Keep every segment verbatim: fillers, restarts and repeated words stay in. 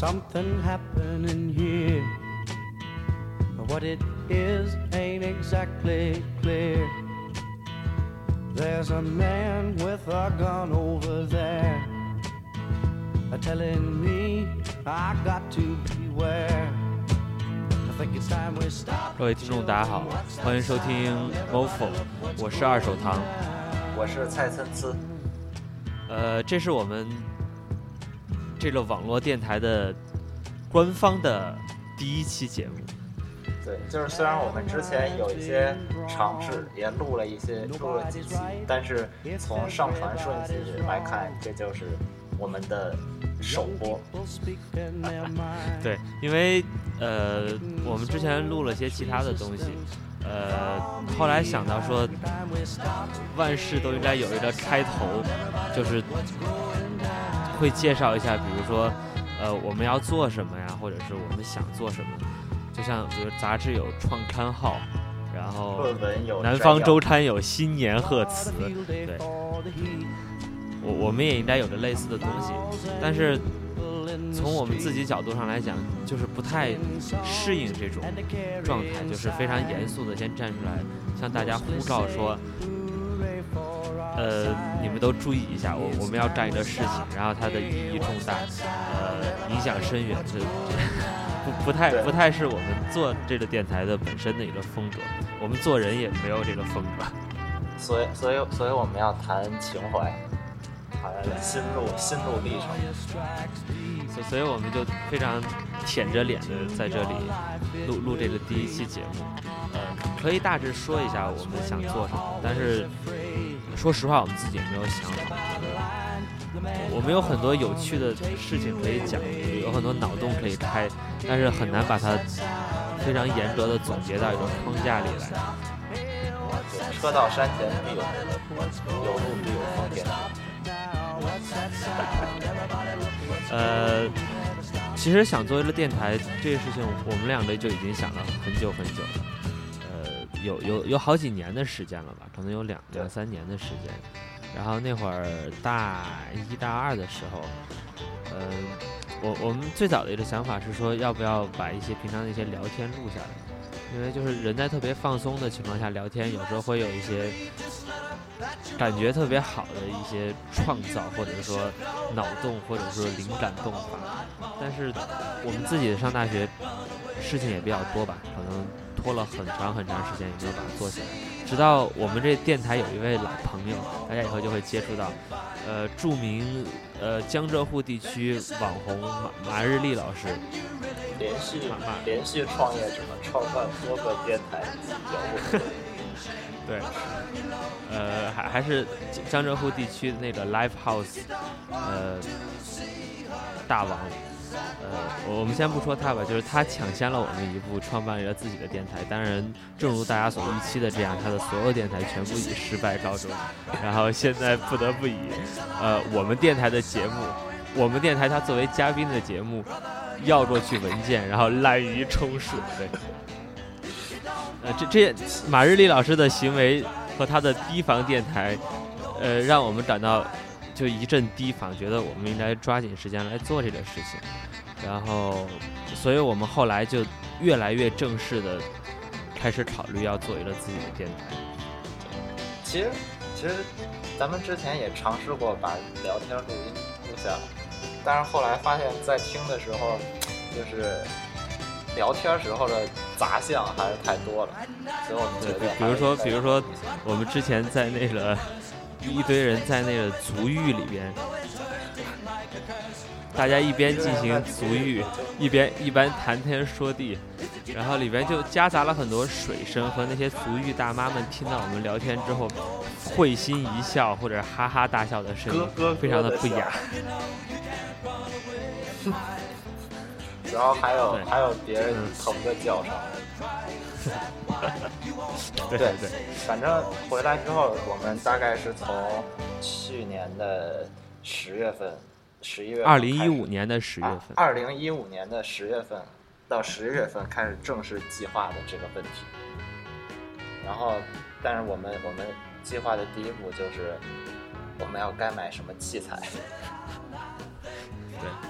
something happening here. What it is ain't exactly clear. There's a man with a gun over there, telling me I got to beware. 各位听众大家好，欢迎收听 M O F O， 我是二手堂， 我是蔡参差。 呃，这是我们这个网络电台的官方的第一期节目。 对，就是虽然我们之前有一些尝试，也录了一些录了几期，但是从上传顺序来看，这就是我们的首播。 对，因为呃，我们之前录了些其他的东西，呃，后来想到说，万事都应该有一个开头，就是会介绍一下，比如说，呃，我们要做什么呀，或者是我们想做什么。就像比如杂志有创刊号，然后南方周刊有新年贺词，对，我我们也应该有着类似的东西，但是从我们自己角度上来讲，就是不太适应这种状态，就是非常严肃的先站出来向大家呼召说，呃，你们都注意一下，我我们要干一个事情，然后它的意义重大，呃，影响深远，这不不太不太是我们做这个电台的本身的一个风格，我们做人也没有这个风格， 所以所以所以我们要谈情怀，谈心路心路历程， 所以所以我们就非常舔着脸的在这里录录这个第一期节目，呃，可以大致说一下我们想做什么，但是说实话我们自己也没有想好。我们有很多有趣的事情可以讲，有很多脑洞可以开，但是很难把它非常严格的总结到一种框架里来。 车到山前必有有路必有风天。 呃，其实想做一个电台这个事情，我们两个就已经想了很久很久了。呃，有有有好几年的时间了吧，可能有两两三年的时间。然后那会儿大一大二的时候，呃，我我们最早的一个想法是说，要不要把一些平常的一些聊天录下来，因为就是人在特别放松的情况下聊天，有时候会有一些感觉特别好的一些创造，或者说脑洞，或者说灵感迸发。但是我们自己上大学事情也比较多吧，可能拖了很长很长时间也没有把它做起来。直到我们这电台有一位老朋友，大家以后就会接触到，呃，著名呃江浙沪地区网红马马日丽老师， 连续连续创业者，创办多个电台节目。 对，呃，还还是江浙沪地区的那个 Live House， 呃，大王。呃，我们先不说他吧，就是他抢先了我们一步，创办了自己的电台。当然，正如大家所预期的这样，他的所有电台全部以失败告终。然后现在不得不以，呃，我们电台的节目，我们电台他作为嘉宾的节目，要过去文件，然后滥竽充数。对，呃，这这马日丽老师的行为和他的提防电台，呃，让我们感到就一阵提防，觉得我们应该抓紧时间来做这个事情。然后，所以我们后来就越来越正式的开始考虑要做一个自己的电台。 其实，其实咱们之前也尝试过把聊天录音录下来，但是后来发现，在听的时候，就是聊天时候的杂项还是太多了，所以我们觉得， 比如说，比如说，我们之前在那个一堆人在那个足浴里边。大家一边进行足浴，一边一边谈天说地，然后里边就夹杂了很多水声和那些足浴大妈们听到我们聊天之后会心一笑或者哈哈大笑的声音，非常的不雅。 然后还有还有别人疼的叫声。 对对对， 反正回来之后，我们大概是从去年的十月份。十一月份， 二零一五年的十月份， 二零一五年的十月份到十月份开始正式计划的这个问题。然后，但是我们我们计划的第一步就是我们要该买什么器材。 对，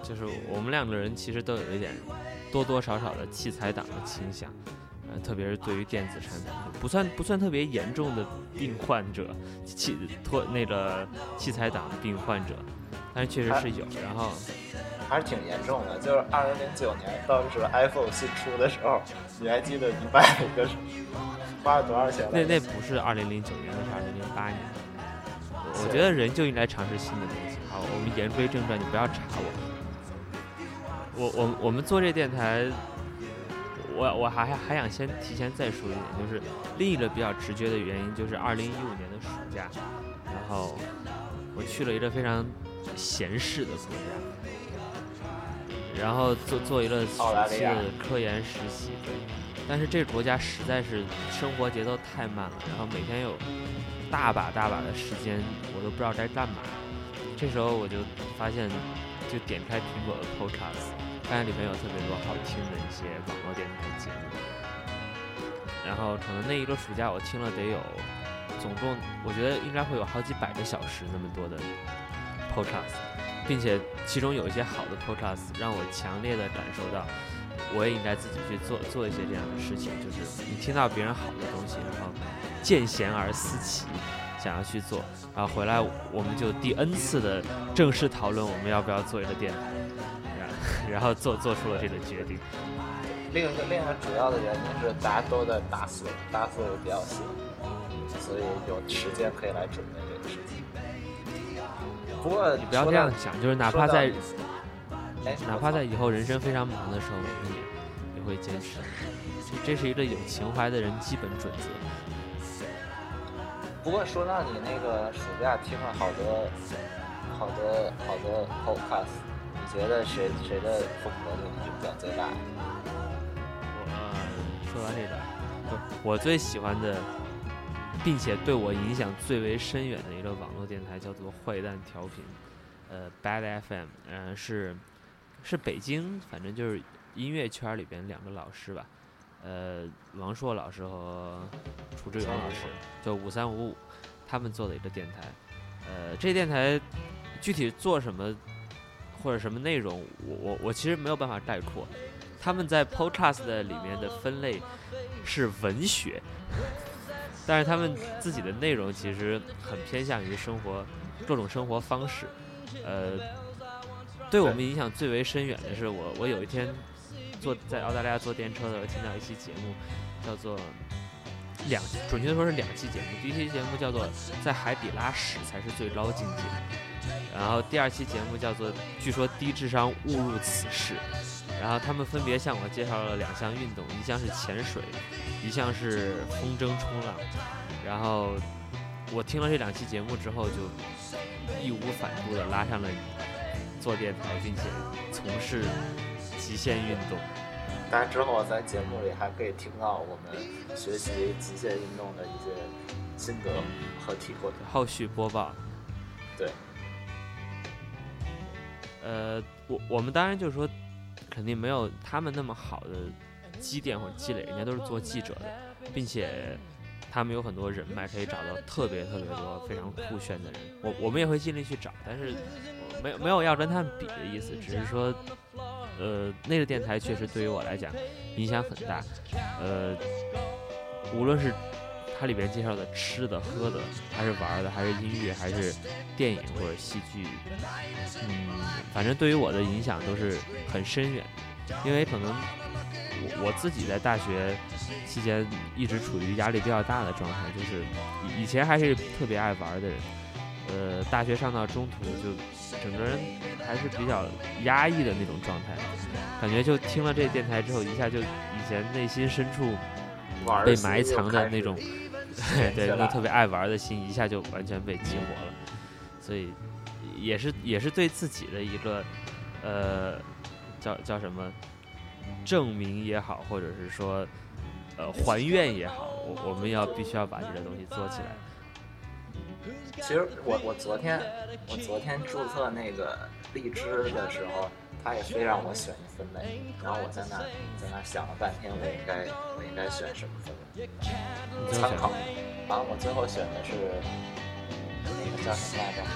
就是我们两个人其实都有一点多多少少的器材党的倾向，呃，特别是对于电子产品，不算不算特别严重的病患者，器托那个器材党的病患者，但是确实是有。然后还是挺严重的，就是二零零九年当时 iPhone 新出的时候，你还记得你买了一个花了多少钱？ 那那不是二零零九年，那是二零零八年。我觉得人就应该尝试新的东西。好，我们言归正传，你不要查我。我我我们做这电台，我我还还想先提前再说一点，就是另一个比较直觉的原因，就是二零一五年的暑假，然后我去了一个非常闲适的国家，然后做做一个暑期的科研实习。但是这个国家实在是生活节奏太慢了，然后每天有大把大把的时间，我都不知道该干嘛。这时候我就发现，就点开苹果的 Podcast， 发现里面有特别多好听的一些网络电台节目。然后可能那一个暑假我听了得有，总共我觉得应该会有好几百个小时那么多的 Podcast， 并且其中有一些好的 Podcast 让我强烈的感受到，我也应该自己去做做一些这样的事情，就是你听到别人好的东西，然后见贤而思齐，想要去做，然后回来我们就第 N 次的正式讨论我们要不要做一个电台，然后做做出了这个决定。 另一个另一个主要的原因是大家都在大四，大四也比较闲，所以有时间可以来准备这个事情。不过你不要这样想，就是哪怕在哎， 哪怕在以后人生非常忙的时候，我们也也会坚持。这是一个有情怀的人基本准则。 不过说到你那个暑假听了好多好多好多 podcast， 你觉得谁谁的风格对你影响最大？ 我说到这个，我最喜欢的，并且对我影响最为深远的一个网络电台叫做坏蛋调频，呃 ，Bad F M， 呃是。是北京，反正就是音乐圈里边两个老师吧，呃，王硕老师和楚志勇老师，就五三五五，他们做的一个电台。呃，这电台具体做什么或者什么内容，我我我其实没有办法概括。他们在 Podcast 里面的分类是文学，但是他们自己的内容其实很偏向于生活各种生活方式，呃。对我们影响最为深远的是我，我有一天坐在澳大利亚坐电车的时候，听到一期节目，叫做两，准确的说是两期节目。第一期节目叫做《在海底拉屎才是最高境界》，然后第二期节目叫做《据说低智商误入此事》。然后他们分别向我介绍了两项运动，一项是潜水，一项是风筝冲浪。然后我听了这两期节目之后，就义无反顾地拉上了做电台，并且从事极限运动。 当然之后在节目里还可以听到我们学习极限运动的一些心得和体会。 后续播报。 对。 呃，我我们当然就是说，肯定没有他们那么好的积淀或者积累，人家都是做记者的，并且他们有很多人脉，可以找到特别特别多非常酷炫的人。我我们也会尽力去找，但是没有没有要跟他们比的意思，只是说，呃，那个电台确实对于我来讲影响很大。呃，无论是它里边介绍的吃的、喝的，还是玩的，还是音乐，还是电影或者戏剧，嗯，反正对于我的影响都是很深远。因为可能我我自己在大学期间一直处于压力比较大的状态，就是以前还是特别爱玩的人，呃，大学上到中途就整个人还是比较压抑的那种状态，感觉就听了这电台之后，一下就以前内心深处被埋藏的那种，对对，那特别爱玩的心一下就完全被激活了，所以也是也是对自己的一个呃叫叫什么证明也好，或者是说呃还愿也好，我我们要必须要把这个东西做起来。 其实我我昨天我昨天注册那个荔枝的时候，他也非让我选一分类，然后我在那在那想了半天，我应该我应该选什么分类？参考。然后我最后选的是那个叫什么来着？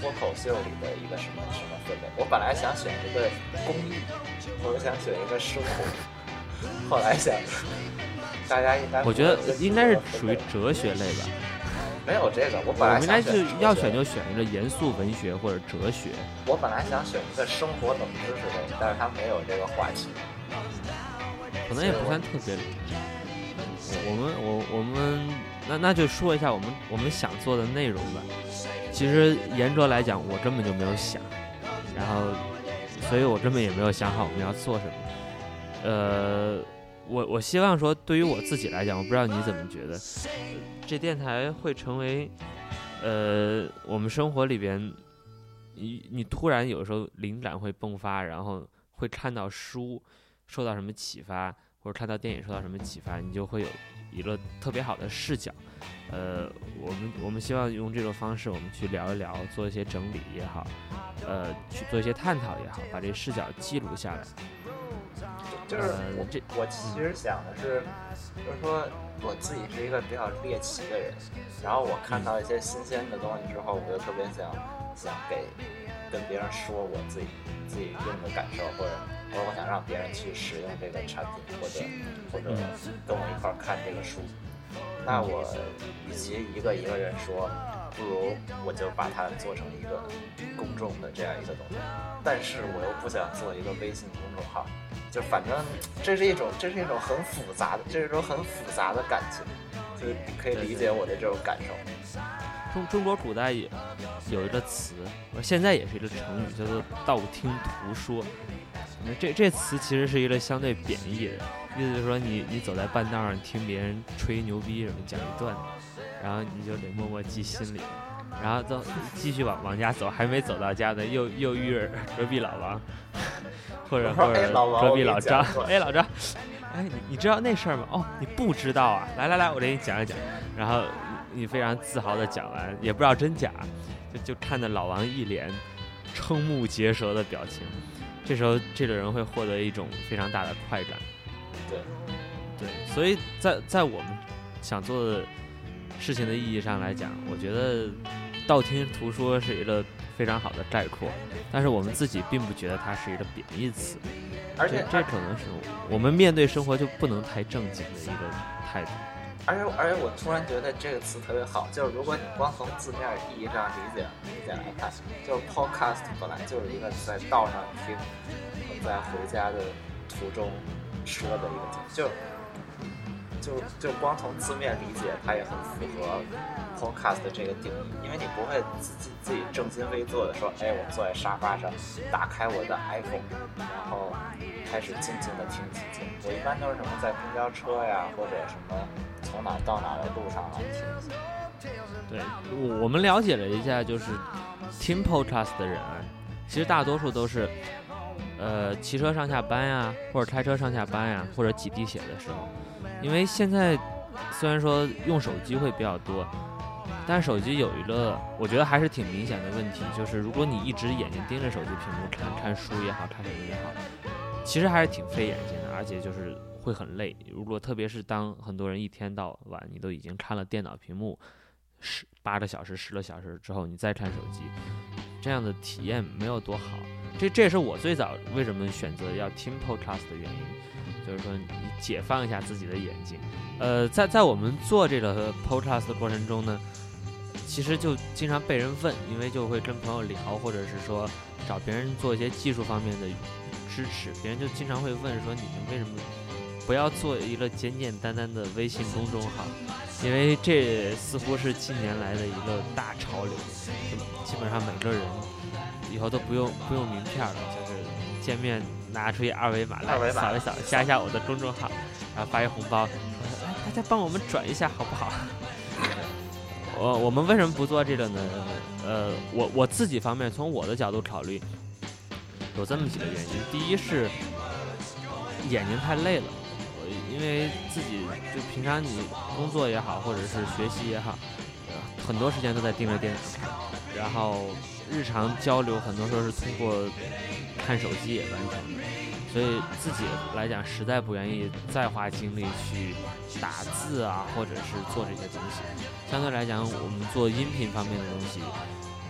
脱口秀里的一个什么什么分类。我本来想选一个公益，我想选一个生活，后来想大家应该我觉得应该是属于哲学类吧。 没有这个，我本来应该是要选就选一个严肃文学或者哲学。 我本来想选一个生活冷知识类，但是它没有这个话题， 可能也不算特别。我们我我们那那就说一下我们我们想做的内容吧。其实严格来讲，我根本就没有想，然后所以我根本也没有想好我们要做什么。呃，我我希望说，对于我自己来讲，我不知道你怎么觉得。这电台会成为，呃，我们生活里边，你你突然有时候灵感会迸发，然后会看到书，受到什么启发，或者看到电影受到什么启发，你就会有一个特别好的视角。呃，我们我们希望用这种方式，我们去聊一聊，做一些整理也好，呃，去做一些探讨也好，把这视角记录下来。 就是我这我其实想的是，就是说我自己是一个比较猎奇的人，然后我看到一些新鲜的东西之后，我就特别想想给跟别人说我自己自己用的感受，或者或者我想让别人去使用这个产品，或者或者跟我一块看这个书。那我与其一个一个人说，不如我就把它做成一个公众的这样一个东西。但是我又不想做一个微信公众号，就反正这是一种这是一种很复杂的，这是一种很复杂的感情，就是你可以理解我的这种感受。 中中国古代也有一个词，现在也是一个成语，叫做道听途说。这这词其实是一个相对贬义的，意思就是说你你走在半道上听别人吹牛逼什么讲一段，然后你就得默默记心里，然后走继续往往家走，还没走到家呢，又又遇着隔壁老王，或者或者隔壁老张，哎老张，哎你你知道那事儿吗？哦你不知道啊，来来来我给你讲一讲，然后你非常自豪的讲完，也不知道真假，就就看着老王一脸瞠目结舌的表情。这时候这个人会获得一种非常大的快感。 对对，所以在在我们想做的事情的意义上来讲，我觉得道听途说是一个非常好的概括，但是我们自己并不觉得它是一个贬义词， 而且这可能是我们面对生活就不能太正经的一个态度。 而且而且我突然觉得这个词特别好，就是如果你光从字面意义上理解理解来看，就是 podcast 本来就是一个在道上听和在回家的途中说的一个节目，就就就光从字面理解，它也很符合 podcast 的这个定义，因为你不会自己自己正襟危坐的说，哎，我坐在沙发上，打开我的 iPhone， 然后开始静静的听几集。我一般都是什么在公交车呀，或者什么从哪到哪的路上来听一下。 对，我们了解了一下，就是听 podcast 的人，其实大多数都是呃骑车上下班呀，或者开车上下班呀，或者挤地铁的时候。因为现在虽然说用手机会比较多，但手机有一个我觉得还是挺明显的问题，就是如果你一直眼睛盯着手机屏幕看看书也好，看什么也好，其实还是挺费眼睛的，而且就是会很累。如果特别是当很多人一天到晚你都已经看了电脑屏幕十八个小时十个小时之后，你再看手机，这样的体验没有多好。这这也是我最早为什么选择要听 podcast 的原因，就是说你解放一下自己的眼睛。呃，在在我们做这个 podcast 的过程中呢，其实就经常被人问，因为就会跟朋友聊，或者是说找别人做一些技术方面的支持，别人就经常会问说，你们为什么不要做一个简简单单的微信公众号？因为这似乎是近年来的一个大潮流，基本上每个人以后都不用不用名片了，就是见面拿出一二维码来扫一扫，加一下我的公众号，然后发一红包，说哎大家帮我们转一下好不好？我我们为什么不做这个呢？呃，我我自己方面从我的角度考虑，有这么几个原因。第一是眼睛太累了，因为自己就平常你工作也好，或者是学习也好，呃、很多时间都在盯着电脑看，然后日常交流很多时候是通过看手机也完成的，所以自己来讲实在不愿意再花精力去打字啊，或者是做这些东西。相对来讲，我们做音频方面的东西，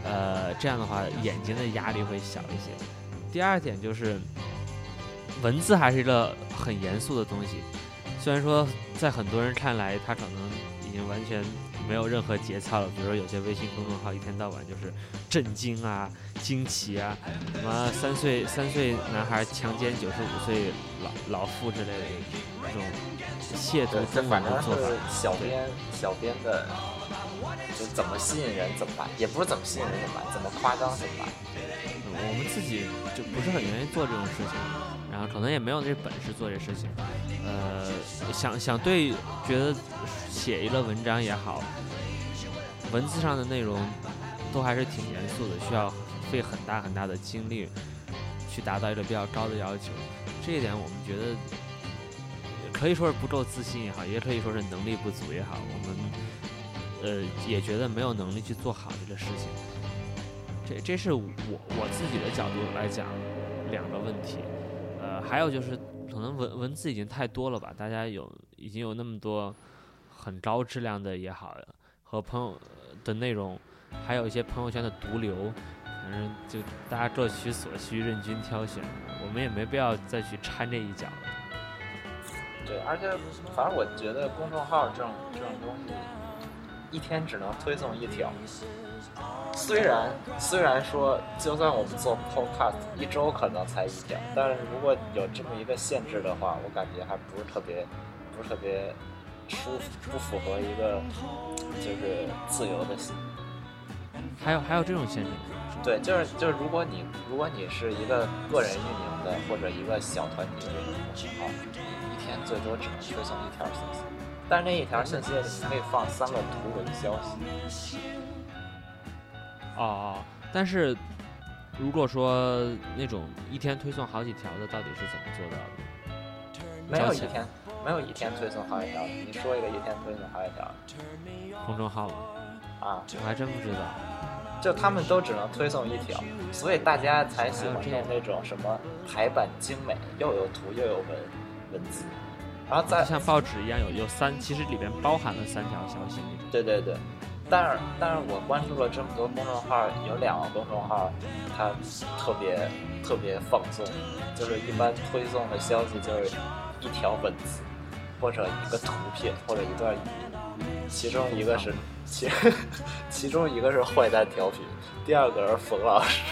呃，这样的话眼睛的压力会小一些。第二点就是文字还是一个很严肃的东西，虽然说在很多人看来它可能已经完全没有任何节操了，比如说有些微信公众号一天到晚就是震惊啊、惊奇啊，什么三岁三岁男孩强奸九十五岁老老妇之类的这种亵渎中文的做法。 小编小编的就怎么吸引人怎么办，也不是怎么吸引人怎么办，怎么夸张怎么办。 嗯、我们自己就不是很愿意做这种事情，然后可能也没有这本事做这事情。呃，想想对，觉得写一个文章也好，文字上的内容都还是挺严肃的，需要费很大很大的精力去达到一个比较高的要求。这一点我们觉得可以说是不够自信也好，也可以说是能力不足也好，我们呃也觉得没有能力去做好这个事情。这这是我我自己的角度来讲两个问题。呃，还有就是可能文文字已经太多了吧，大家有已经有那么多很高质量的也好，和朋友的内容，还有一些朋友圈的毒瘤，反正就大家各取所需，任君挑选，我们也没必要再去掺这一脚了。 对，而且反正我觉得公众号这种这种东西，一天只能推送一条。虽然虽然说，就算我们做 podcast 一周可能才一条，但是如果有这么一个限制的话，我感觉还不是特别不是特别舒服，不符合一个就是自由的心。 还有还有这种限制？ 对，就是就是，如果你如果你是一个个人运营的或者一个小团体运营的公众号，你一天最多只能推送一条信息，但是那一条信息你可以放三个图文消息。 哦哦，但是如果说那种一天推送好几条的，到底是怎么做到的？ 没有一天，没有一天推送好几条。你说一个一天推送好几条公众号吗？ 啊， 我还真不知道。 就他们都只能推送一条，所以大家才喜欢弄那种什么排版精美，又有图又有文文字，然后再像报纸一样有有三，其实里面包含了三条消息那种。 对对对。但是，但是我关注了这么多公众号，有两个公众号，它特别特别放纵，就是一般推送的消息就是一条文字，或者一个图片，或者一段语音，其中一个是其其中一个是坏蛋调频，第二个是冯老师。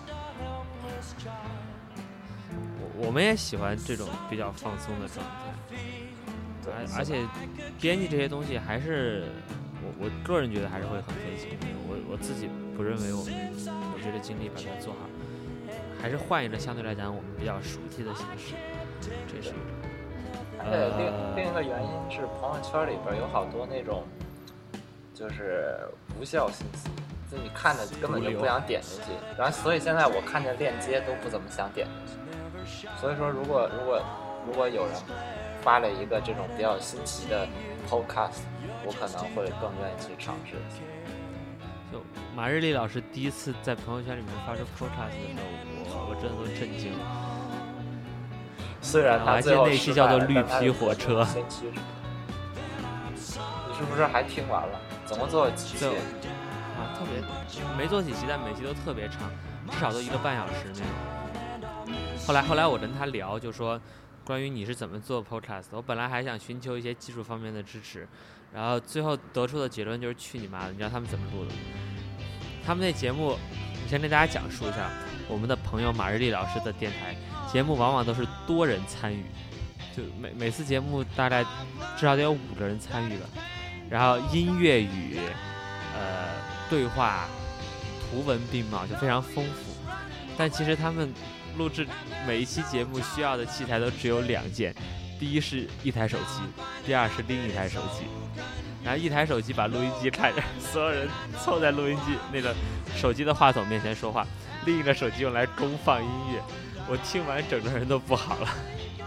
我我们也喜欢这种比较放松的状态，而而且编辑这些东西还是。我我个人觉得还是会很费劲，我我自己不认为我们有这个精力把它做好，还是换一个相对来讲我们比较熟悉的形式，这是一个。 而且另另一个原因是朋友圈里边有好多那种就是无效信息，就你看着根本就不想点进去，然后所以现在我看见链接都不怎么想点进去。所以说，如果如果如果有人发了一个这种比较新奇的 podcast， 我可能会更愿意去尝试。 就马日丽老师第一次在朋友圈里面发出 podcast 的时候，我我真的都震惊了。 虽然他最后那期叫做绿皮火车， 你是不是还听完了？总共做了几期？ 啊，特别没做几期，但每期都特别长，至少都一个半小时那种。后来后来我跟他聊，就说关于你是怎么做 podcast， 我本来还想寻求一些技术方面的支持，然后最后得出的结论就是去你妈的！你知道他们怎么录的？他们那节目，我先跟大家讲述一下，我们的朋友马日丽老师的电台节目往往都是多人参与，就每每次节目大概至少得有五个人参与了，然后音乐与呃对话、图文并茂，就非常丰富。但其实他们录制每一期节目需要的器材都只有两件，第一是一台手机，第二是另一台手机。然后一台手机把录音机开着，所有人凑在录音机那个手机的话筒面前说话，另一个手机用来公放音乐。我听完整个人都不好了。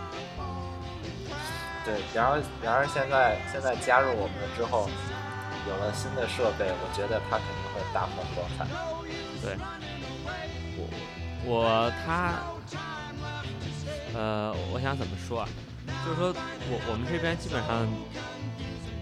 对，然而然而现在现在加入我们之后，有了新的设备，我觉得它肯定会大放光彩。 对，我我他，呃，我想怎么说啊？就是说我我们这边基本上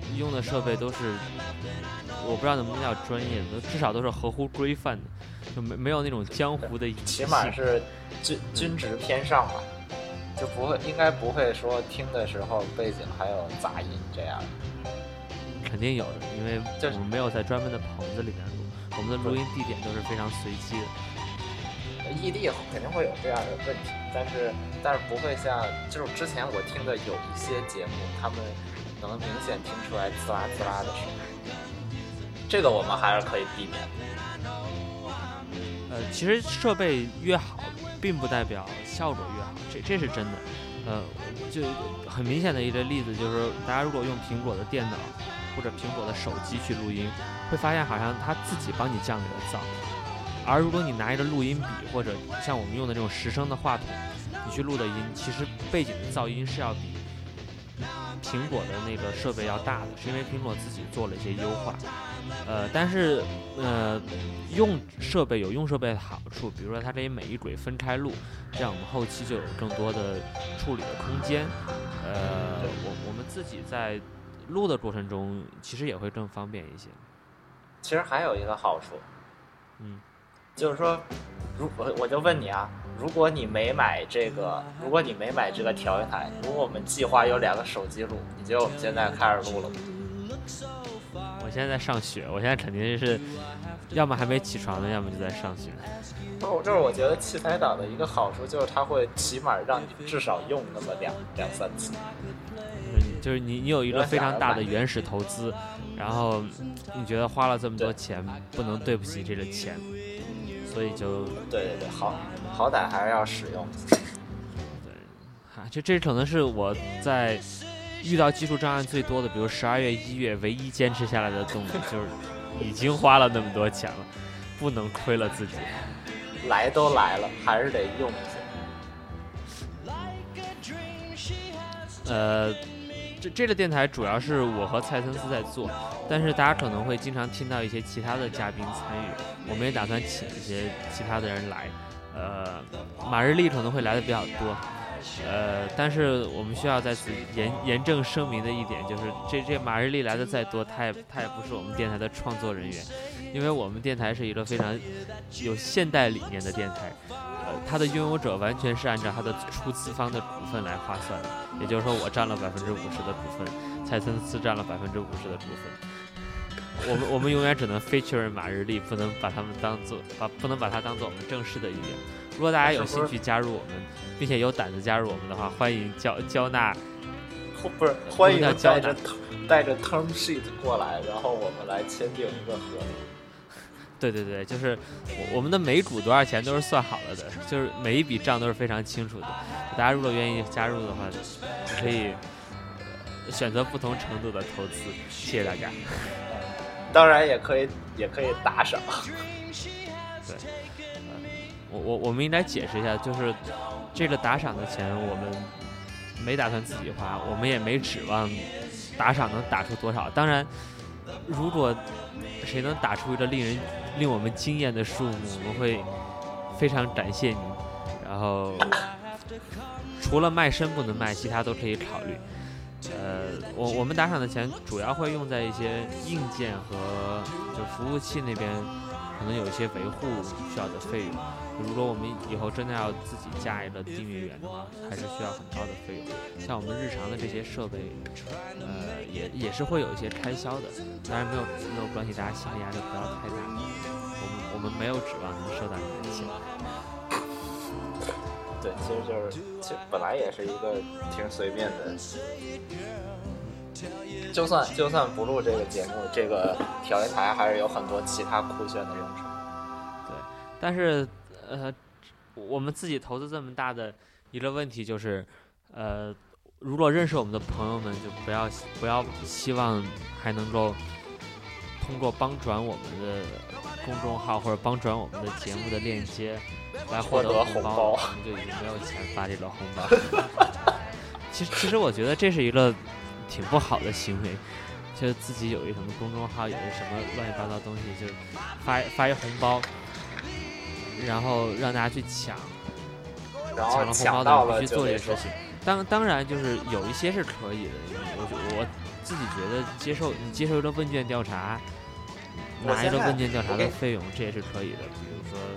用的设备都是，我不知道能不能叫专业的，至少都是合乎规范的，就没没有那种江湖的仪器， 起码是均均值偏上吧，就不会应该不会说听的时候背景还有杂音这样。 肯定有的，因为就是我们没有在专门的棚子里面录，我们的录音地点都是非常随机的。 异地肯定会有这样的问题，但是但是不会像就是之前我听的有一些节目，他们能明显听出来滋啦滋啦的声音，这个我们还是可以避免的。 呃，其实设备越好，并不代表效果越好，这这是真的。呃，就很明显的一个例子就是，大家如果用苹果的电脑或者苹果的手机去录音，会发现好像它自己帮你降低了噪。而如果你拿一个录音笔或者像我们用的这种十声的话筒，你去录的音，其实背景的噪音是要比苹果的那个设备要大的，是因为苹果自己做了一些优化。呃，但是呃，用设备有用设备的好处，比如说它可以每一轨分开录，这样我们后期就有更多的处理的空间。呃，我我们自己在录的过程中，其实也会更方便一些。 其实还有一个好处， 嗯。 就是说，如我我就问你啊，如果你没买这个，如果你没买这个调音台，如果我们计划有两个手机录，你觉得我们现在开始录了吗？ 我现在在上学，我现在肯定是，要么还没起床呢，要么就在上学。 哦，就是我觉得器材党的一个好处就是它会起码让你至少用那么两两三次。 就是你你有一个非常大的原始投资，然后你觉得花了这么多钱，不能对不起这个钱。所以就对对对，好，好歹还是要使用。 对，啊，这这可能是我在遇到技术障碍最多的，比如十二月、一月，唯一坚持下来的动力就是已经花了那么多钱了，不能亏了自己。 来都来了，还是得用一下。呃，这这个电台主要是我和蔡森斯在做。但是大家可能会经常听到一些其他的嘉宾参与，我们也打算请一些其他的人来，呃，马日丽可能会来的比较多，呃，但是我们需要在此严严正声明的一点就是，这这马日丽来的再多，他也他也不是我们电台的创作人员，因为我们电台是一个非常有现代理念的电台，呃，它的拥有者完全是按照它的出资方的股份来划算的，也就是说我占了百分之五十的股份，蔡森斯占了百分之五十的股份。我们我们永远只能 feature 马日丽，不能把他们当做把不能把它当做我们正式的一员。如果大家有兴趣加入我们，并且有胆子加入我们的话，欢迎交交纳， 不是欢迎带着带着 term sheet 过来，然后我们来签订一个合同。 对对对，就是我我们的每股多少钱都是算好了的，就是每一笔账都是非常清楚的。大家如果愿意加入的话，可以选择不同程度的投资。谢谢大家。 当然也可以，也可以打赏。 对，呃、我我我们应该解释一下，就是这个打赏的钱，我们没打算自己花，我们也没指望打赏能打出多少。当然，如果谁能打出一个令人令我们惊艳的数目，我们会非常感谢您。然后，除了卖身不能卖，其他都可以考虑。呃，我我们打赏的钱主要会用在一些硬件和就服务器那边，可能有一些维护需要的费用。如果我们以后真的要自己加一个订阅员的话，还是需要很高的费用。像我们日常的这些设备，呃，也也是会有一些开销的。当然没有没有关系，大家心理压力不要太大。我们我们没有指望能收到你的钱。 对，其实就是，其实本来也是一个挺随便的，就算就算不录这个节目，这个调音台还是有很多其他酷炫的用处。 对，但是呃，我们自己投资这么大的一个问题就是，呃，如果认识我们的朋友们，就不要不要希望还能够通过帮转我们的公众号或者帮转我们的节目的链接。来获得红包，我们就已经没有钱发这个红包。其实，其实我觉得这是一个挺不好的行为，就自己有一什么公众号，有一什么乱七八糟东西，就发发一红包，然后让大家去抢，抢了红包的人必须做这个事情。当当然，就是有一些是可以的，我我自己觉得接受你接受一个问卷调查，拿一个问卷调查的费用，这也是可以的。比如说，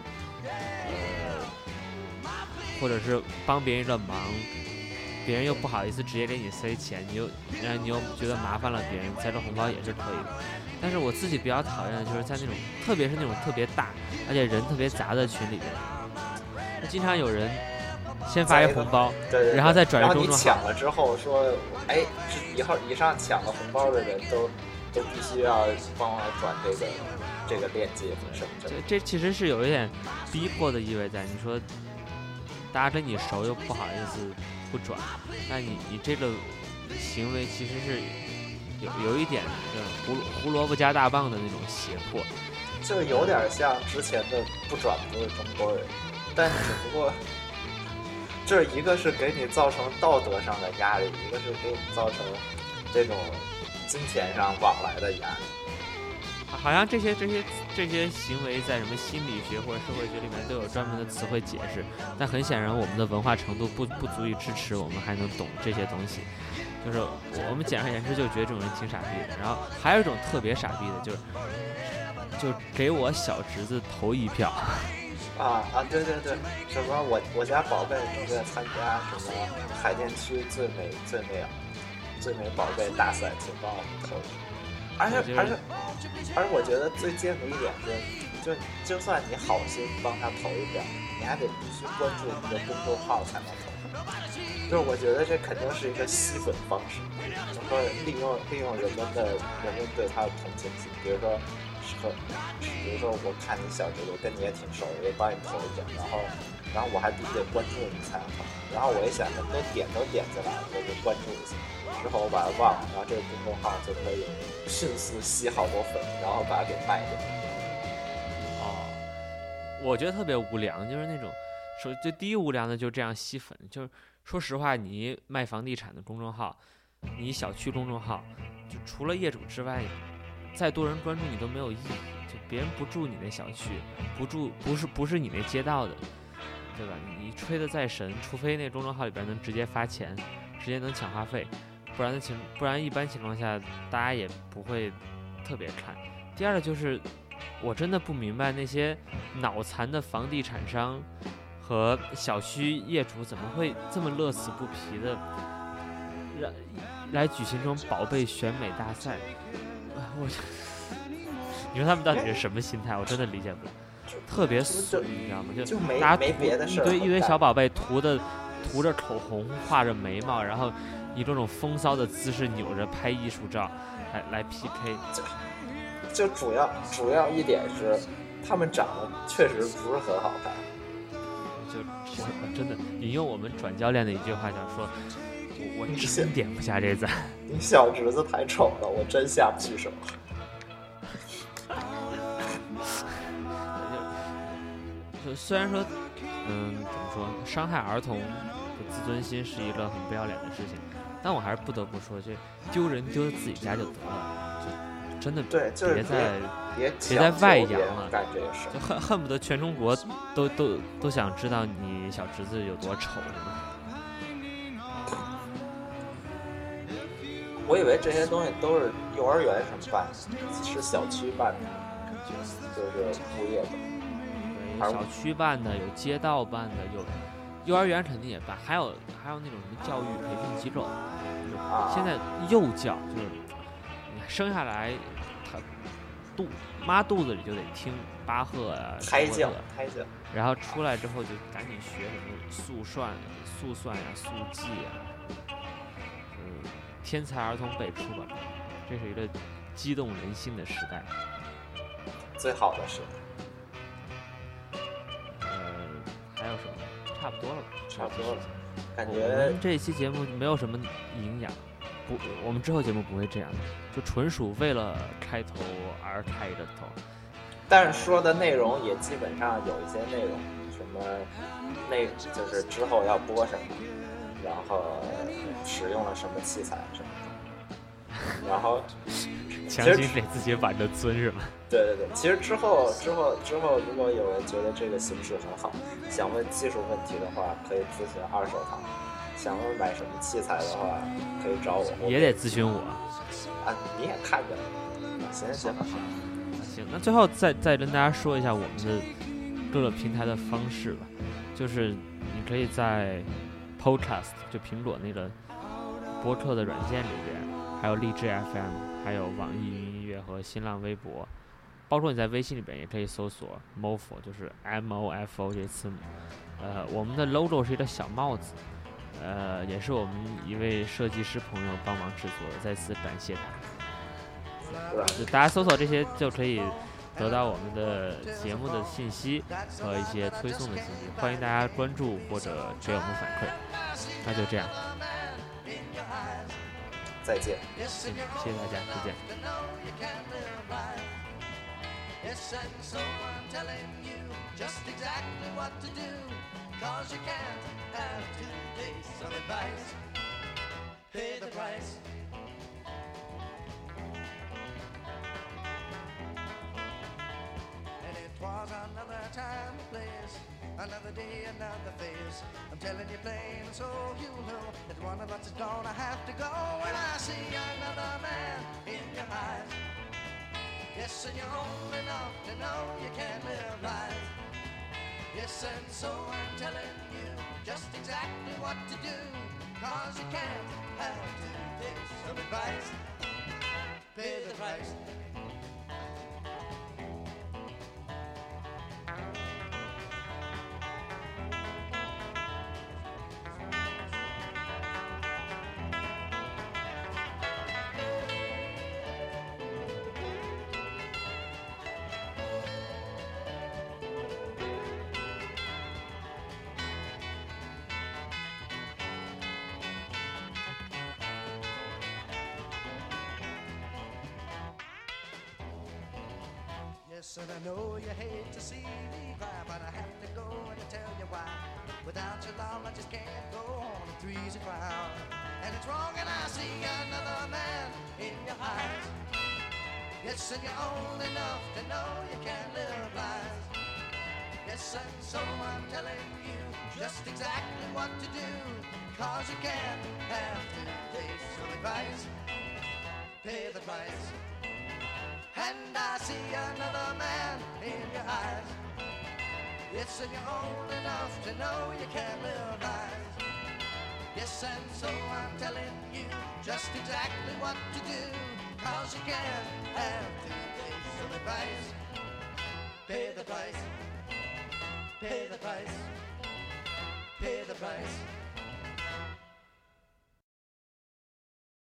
呃，或者是帮别人一个忙，别人又不好意思直接给你塞钱，你又让你又觉得麻烦了别人，塞个红包也是可以的。但是我自己比较讨厌的就是在那种，特别是那种特别大而且人特别杂的群里面，经常有人先发一红包， 对对对， 然后再转一公众号， 然后你抢了之后说，哎，以后以上抢了红包的人都都必须要帮我转这个这个链接什么什么。 这这其实是有一点逼迫的意味在。你说大家跟你熟又不好意思不转，那你你这个行为其实是有有一点胡胡萝卜加大棒的那种胁迫， 就有点像之前的不转不是中国人，但只不过这一个是给你造成道德上的压力，一个是给你造成这种金钱上往来的压力。 好像这些这些这些行为在什么心理学或者社会学里面都有专门的词汇解释，但很显然我们的文化程度不不足以支持我们还能懂这些东西。就是我们简而言之就觉得这种人挺傻逼的。然后还有一种特别傻逼的，就是就给我小侄子投一票。 啊啊，对对对，什么我我家宝贝正在参加什么海淀区最美最美最美宝贝大赛，请帮我们投。而且而且而且我觉得最贱的一点是，就就算你好心帮他投一票，你还得必须关注你的公众号才能投。就是我觉得这肯定是一个吸粉方式，就说利用利用人们的人们对他的同情心，比如说和比如说我看你小侄子，我跟你也挺熟，我就帮你投一票，然后然后我还必须得关注你才能投，然后我一想都点都点进来了，我就关注一下，之后我把它忘了，然后这个公众号就可以迅速吸好多粉，然后把它给卖掉。 哦，我觉得特别无良，就是那种说最第一无良的就这样吸粉，就是说实话，你卖房地产的公众号，你小区公众号，就除了业主之外，再多人关注你都没有意义。就别人不住你那小区，不住不是不是你那街道的，对吧？你吹得再神，除非那公众号里边能直接发钱，直接能抢话费，不然的情不然一般情况下大家也不会特别看。第二个就是，我真的不明白那些脑残的房地产商和小区业主怎么会这么乐此不疲的来来举行这种宝贝选美大赛。我你说他们到底是什么心态？我真的理解不了，特别俗，你知道吗？就就没大家没别的事儿， 一堆一堆小宝贝涂的涂着口红，画着眉毛，然后以这种风骚的姿势扭着拍艺术照来来 P K。 就就主要主要一点是，他们长得确实不是很好看。 就我真的引用我们转教练的一句话，讲说，我我真点不下这赞。 你小侄子太丑了，我真下不去手。 就虽然说，嗯，怎么说，伤害儿童的自尊心是一个很不要脸的事情，但我还是不得不说，这丢人丢自己家就得了，就真的对，就是别在别别在外扬了， 干这个事， 就恨恨不得全中国都都都想知道你小侄子有多丑呢。 我以为这些东西都是幼儿园什么办的，是小区办的，就是物业的。 有小区办的，有街道办的，有幼儿园肯定也办，还有还有那种什么教育培训机构。 啊、 现在幼教就是你生下来，他肚妈肚子里就得听巴赫啊， 胎教胎教， 然后出来之后就赶紧学什么速算、速算呀、速记呀，嗯，天才儿童辈出吧，这是一个激动人心的时代， 最好的是。 还有什么？差不多了吧？ 差不多了。感觉我们这一期节目没有什么营养，不，我们之后节目不会这样的，就纯属为了开头而开的头。 但是说的内容也基本上有一些内容，什么内就是之后要播什么，然后使用了什么器材什么的，然后强行给自己挽着尊是吧？ 对对对，其实之后之后之后，如果有人觉得这个形式很好，想问技术问题的话，可以咨询二手堂。 想问买什么器材的话，可以找我。 也得咨询我啊，你也看着。行行吧。 行，那最后再再跟大家说一下我们的各个平台的方式吧，就是你可以在 Podcast 就苹果那个播客的软件里边，还有荔枝 F M， 还有网易云音乐和新浪微博，包括你在微信里边也可以搜索 M O F O， 就是 M O F O 这词母。呃，我们的 logo 是一个小帽子，呃，也是我们一位设计师朋友帮忙制作的，再次感谢他。就大家搜索这些就可以得到我们的节目的信息和一些推送的信息，欢迎大家关注或者给我们反馈。那就这样， 再见。 谢谢大家，再见。Yes, and so I'm telling you just exactly what to do, cause you can't have two days of advice. Pay the price. And it was another time and place, another day, another phase. I'm telling you plain so you'll know that one of us is gonna have to go. When I see another man in your eyes, yes, and you're old enough to know you can't live life. Yes, and so I'm telling you just exactly what to do, cause you can't have two days of advice. Pay the price. Yes, and I know you hate to see me cry, but I have to go and tell you why. Without your love, I just can't go on. Three's a crowd, and it's wrong, and I see another man in your eyes. Yes, and you're old enough to know you can't live life. Yes, and so I'm telling you just exactly what to do, cause you can't have two days of advice. Pay the price. And I see another man in your eyes. Yes, and you're old enough to know you can't live life. Yes, and so I'm telling you just exactly what to do, cause you can't have two days of advice. Pay the price. Pay the price. Pay the price.